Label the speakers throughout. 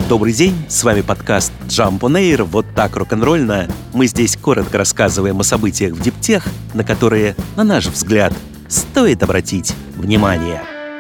Speaker 1: Добрый день, с вами подкаст Jump on Air, вот так рок-н-ролльно. Мы здесь коротко рассказываем о событиях в диптех, на которые, на наш взгляд, стоит обратить внимание.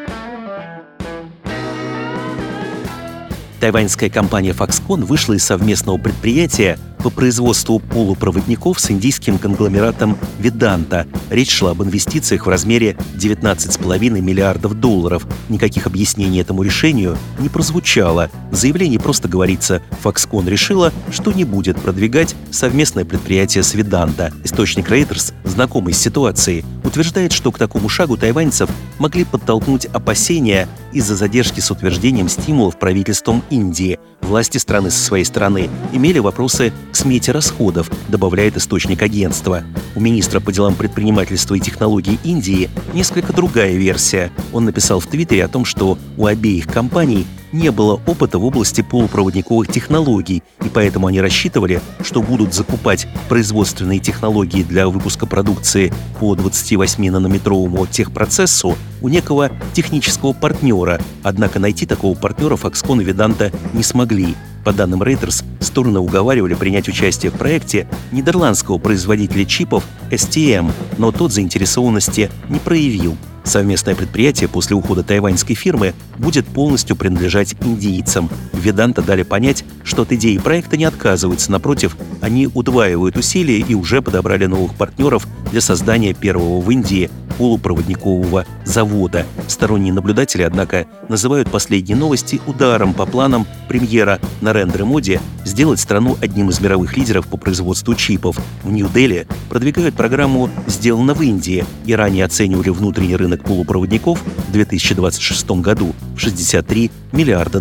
Speaker 1: Тайваньская компания Foxconn вышла из совместного предприятия по производству полупроводников с индийским конгломератом Vedanta. Речь шла об инвестициях в размере $19,5 миллиардов. Никаких объяснений этому решению не прозвучало. В заявлении просто говорится, Foxconn решила, что не будет продвигать совместное предприятие с Vedanta. Источник Reuters, знакомый с ситуацией, утверждает, что к такому шагу тайваньцев могли подтолкнуть опасения из-за задержки с утверждением стимулов правительством Индии. Власти страны со своей стороны имели вопросы к смете расходов, добавляет источник агентства. У министра по делам предпринимательства и технологий Индии несколько другая версия. Он написал в Твиттере о том, что у обеих компаний не было опыта в области полупроводниковых технологий, и поэтому они рассчитывали, что будут закупать производственные технологии для выпуска продукции по 28-нанометровому техпроцессу у некого технического партнера. Однако найти такого партнера Foxconn и Vedanta не смогли. По данным Reuters, стороны уговаривали принять участие в проекте нидерландского производителя чипов STM, но тот заинтересованности не проявил. Совместное предприятие после ухода тайваньской фирмы будет полностью принадлежать индийцам. Vedanta дали понять, что от идеи проекта не отказываются, напротив, они удваивают усилия и уже подобрали новых партнеров для создания первого в Индии полупроводникового завода. Сторонние наблюдатели, однако, называют последние новости ударом по планам премьера Нарендра Моди сделать страну одним из мировых лидеров по производству чипов. В Нью-Дели продвигают программу «Сделано в Индии» и ранее оценивали внутренний рынок полупроводников в 2026 году в $63 миллиарда.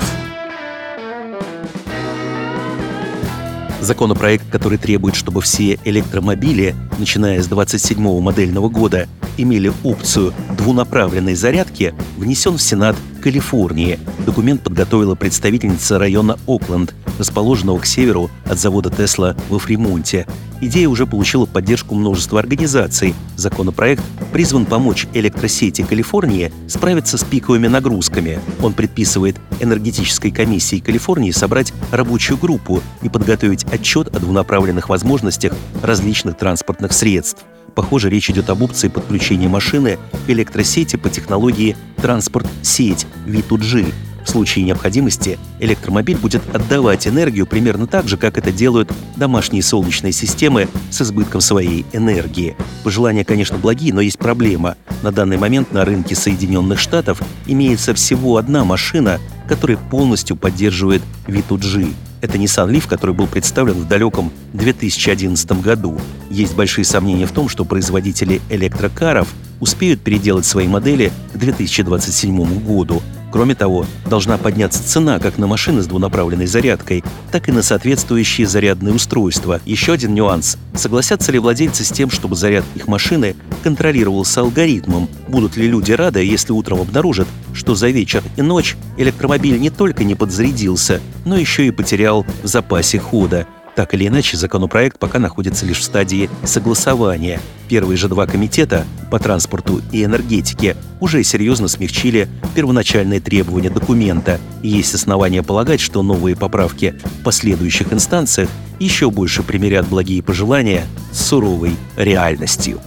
Speaker 1: Законопроект, который требует, чтобы все электромобили, начиная с 27-го модельного года, имели опцию двунаправленной зарядки, внесен в Сенат Калифорнии. Документ подготовила представительница района Окленд, расположенного к северу от завода Tesla во Фримонте. Идея уже получила поддержку множества организаций. Законопроект призван помочь электросети Калифорнии справиться с пиковыми нагрузками. Он предписывает энергетической комиссии Калифорнии собрать рабочую группу и подготовить отчет о двунаправленных возможностях различных транспортных средств. Похоже, речь идет об опции подключения машины к электросети по технологии «Транспорт-сеть» V2G. В случае необходимости электромобиль будет отдавать энергию примерно так же, как это делают домашние солнечные системы с избытком своей энергии. Пожелания, конечно, благие, но есть проблема. На данный момент на рынке Соединенных Штатов имеется всего одна машина, которая полностью поддерживает V2G. Это Nissan Leaf, который был представлен в далеком 2011 году. Есть большие сомнения в том, что производители электрокаров успеют переделать свои модели к 2027 году. Кроме того, должна подняться цена как на машины с двунаправленной зарядкой, так и на соответствующие зарядные устройства. Еще один нюанс. Согласятся ли владельцы с тем, чтобы заряд их машины контролировался алгоритмом? Будут ли люди рады, если утром обнаружат, что за вечер и ночь электромобиль не только не подзарядился, но еще и потерял в запасе хода? Так или иначе, законопроект пока находится лишь в стадии согласования. Первые же два комитета по транспорту и энергетике уже серьезно смягчили первоначальные требования документа, и есть основания полагать, что новые поправки в последующих инстанциях еще больше примирят благие пожелания с суровой реальностью.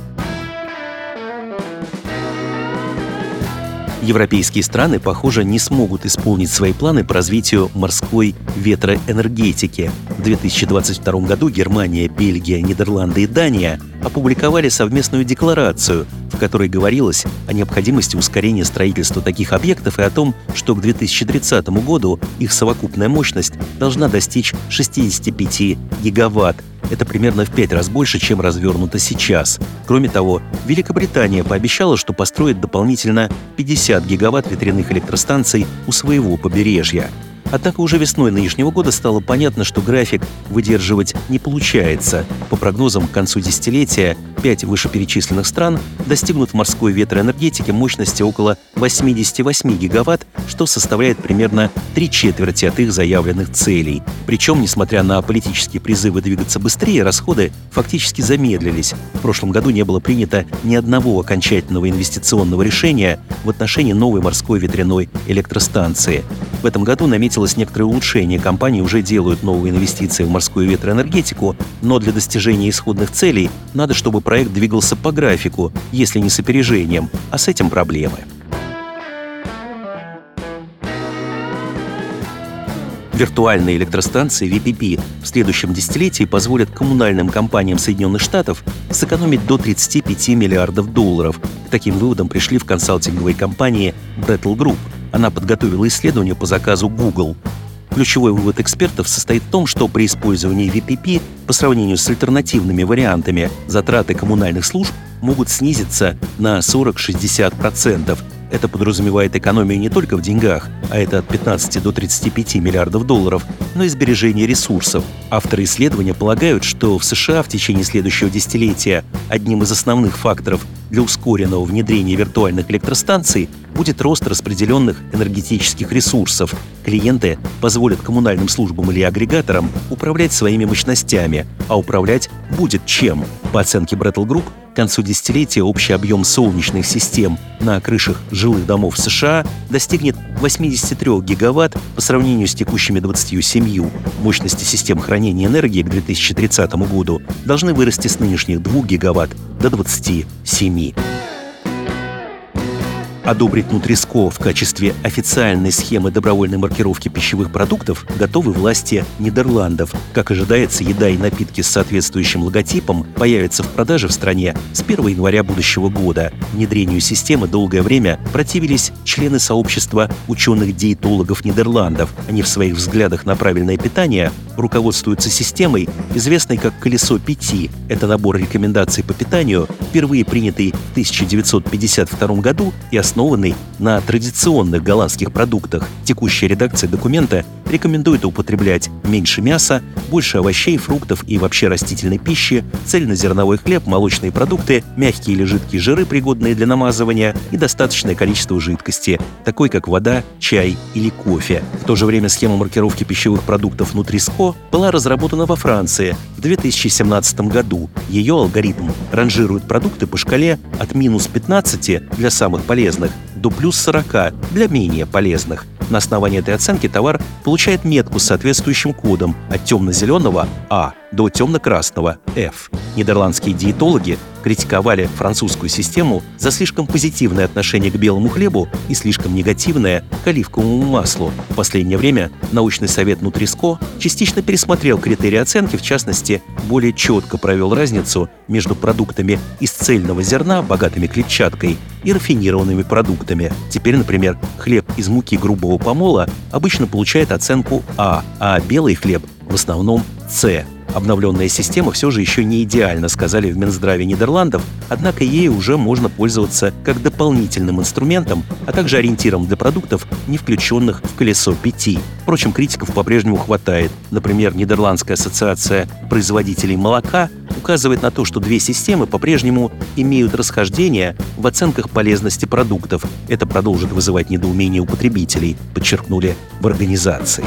Speaker 1: Европейские страны, похоже, не смогут исполнить свои планы по развитию морской ветроэнергетики. В 2022 году Германия, Бельгия, Нидерланды и Дания опубликовали совместную декларацию, в которой говорилось о необходимости ускорения строительства таких объектов и о том, что к 2030 году их совокупная мощность должна достичь 65 гигаватт. Это примерно в 5 раз больше, чем развернуто сейчас. Кроме того, Великобритания пообещала, что построит дополнительно 50 гигаватт ветряных электростанций у своего побережья. Однако уже весной нынешнего года стало понятно, что график выдерживать не получается. По прогнозам, к концу десятилетия 5 вышеперечисленных стран достигнут в морской ветроэнергетике мощности около 88 гигаватт, что составляет примерно 3/4 от их заявленных целей. Причем, несмотря на политические призывы двигаться быстрее, расходы фактически замедлились. В прошлом году не было принято ни одного окончательного инвестиционного решения в отношении новой морской ветряной электростанции. В этом году наметилось некоторое улучшение. Компании уже делают новые инвестиции в морскую ветроэнергетику, но для достижения исходных целей надо, чтобы проект двигался по графику, если не с опережением, а с этим проблемы. Виртуальные электростанции VPP в следующем десятилетии позволят коммунальным компаниям Соединенных Штатов сэкономить до 35 миллиардов долларов. К таким выводам пришли в консалтинговой компании Brettel Group. Она подготовила исследование по заказу Google. Ключевой вывод экспертов состоит в том, что при использовании VPP по сравнению с альтернативными вариантами затраты коммунальных служб могут снизиться на 40-60%. Это подразумевает экономию не только в деньгах, а это от 15 до 35 миллиардов долларов, но и сбережение ресурсов. Авторы исследования полагают, что в США в течение следующего десятилетия одним из основных факторов для ускоренного внедрения виртуальных электростанций будет рост распределенных энергетических ресурсов. Клиенты позволят коммунальным службам или агрегаторам управлять своими мощностями, а управлять будет чем. По оценке Brettel Group, к концу десятилетия общий объем солнечных систем на крышах жилых домов в США достигнет 83 гигаватт по сравнению с текущими 27. Мощности систем хранения энергии к 2030 году должны вырасти с нынешних 2 гигаватт до 27. Одобрить Nutri-Sco в качестве официальной схемы добровольной маркировки пищевых продуктов готовы власти Нидерландов. Как ожидается, еда и напитки с соответствующим логотипом появятся в продаже в стране с 1 января будущего года. Внедрению системы долгое время противились члены сообщества ученых-диетологов Нидерландов. Они в своих взглядах на правильное питание руководствуются системой, известной как «Колесо 5». Это набор рекомендаций по питанию, впервые принятый в 1952 году и основанный на традиционных голландских продуктах. Текущая редакция документа рекомендует употреблять меньше мяса, больше овощей, фруктов и вообще растительной пищи, цельнозерновой хлеб, молочные продукты, мягкие или жидкие жиры, пригодные для намазывания, и достаточное количество жидкости, такой как вода, чай или кофе. В то же время схема маркировки пищевых продуктов Nutri-Sco была разработана во Франции в 2017 году. Ее алгоритм ранжирует продукты по шкале от минус 15 для самых полезных до плюс 40 для менее полезных. На основании этой оценки товар получает метку с соответствующим кодом от темно-зеленого А до темно-красного F. Нидерландские диетологи критиковали французскую систему за слишком позитивное отношение к белому хлебу и слишком негативное к оливковому маслу. В последнее время научный совет Nutri-Sco частично пересмотрел критерии оценки, в частности, более четко провел разницу между продуктами из цельного зерна, богатыми клетчаткой, и рафинированными продуктами. Теперь, например, хлеб из муки грубого помола обычно получает оценку А, а белый хлеб в основном С. Обновленная система все же еще не идеальна, сказали в Минздраве Нидерландов, однако ею уже можно пользоваться как дополнительным инструментом, а также ориентиром для продуктов, не включенных в колесо 5. Впрочем, критиков по-прежнему хватает. Например, Нидерландская ассоциация производителей молока указывает на то, что две системы по-прежнему имеют расхождения в оценках полезности продуктов. Это продолжит вызывать недоумение у потребителей, подчеркнули в организации.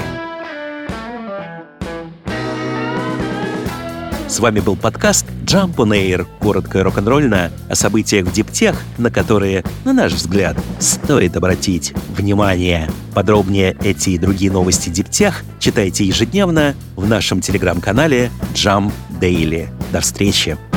Speaker 1: С вами был подкаст Jump on Air, коротко и рок-н-ролльно, о событиях в диптех, на которые, на наш взгляд, стоит обратить внимание. Подробнее эти и другие новости диптех читайте ежедневно в нашем телеграм-канале Jump Daily. До встречи!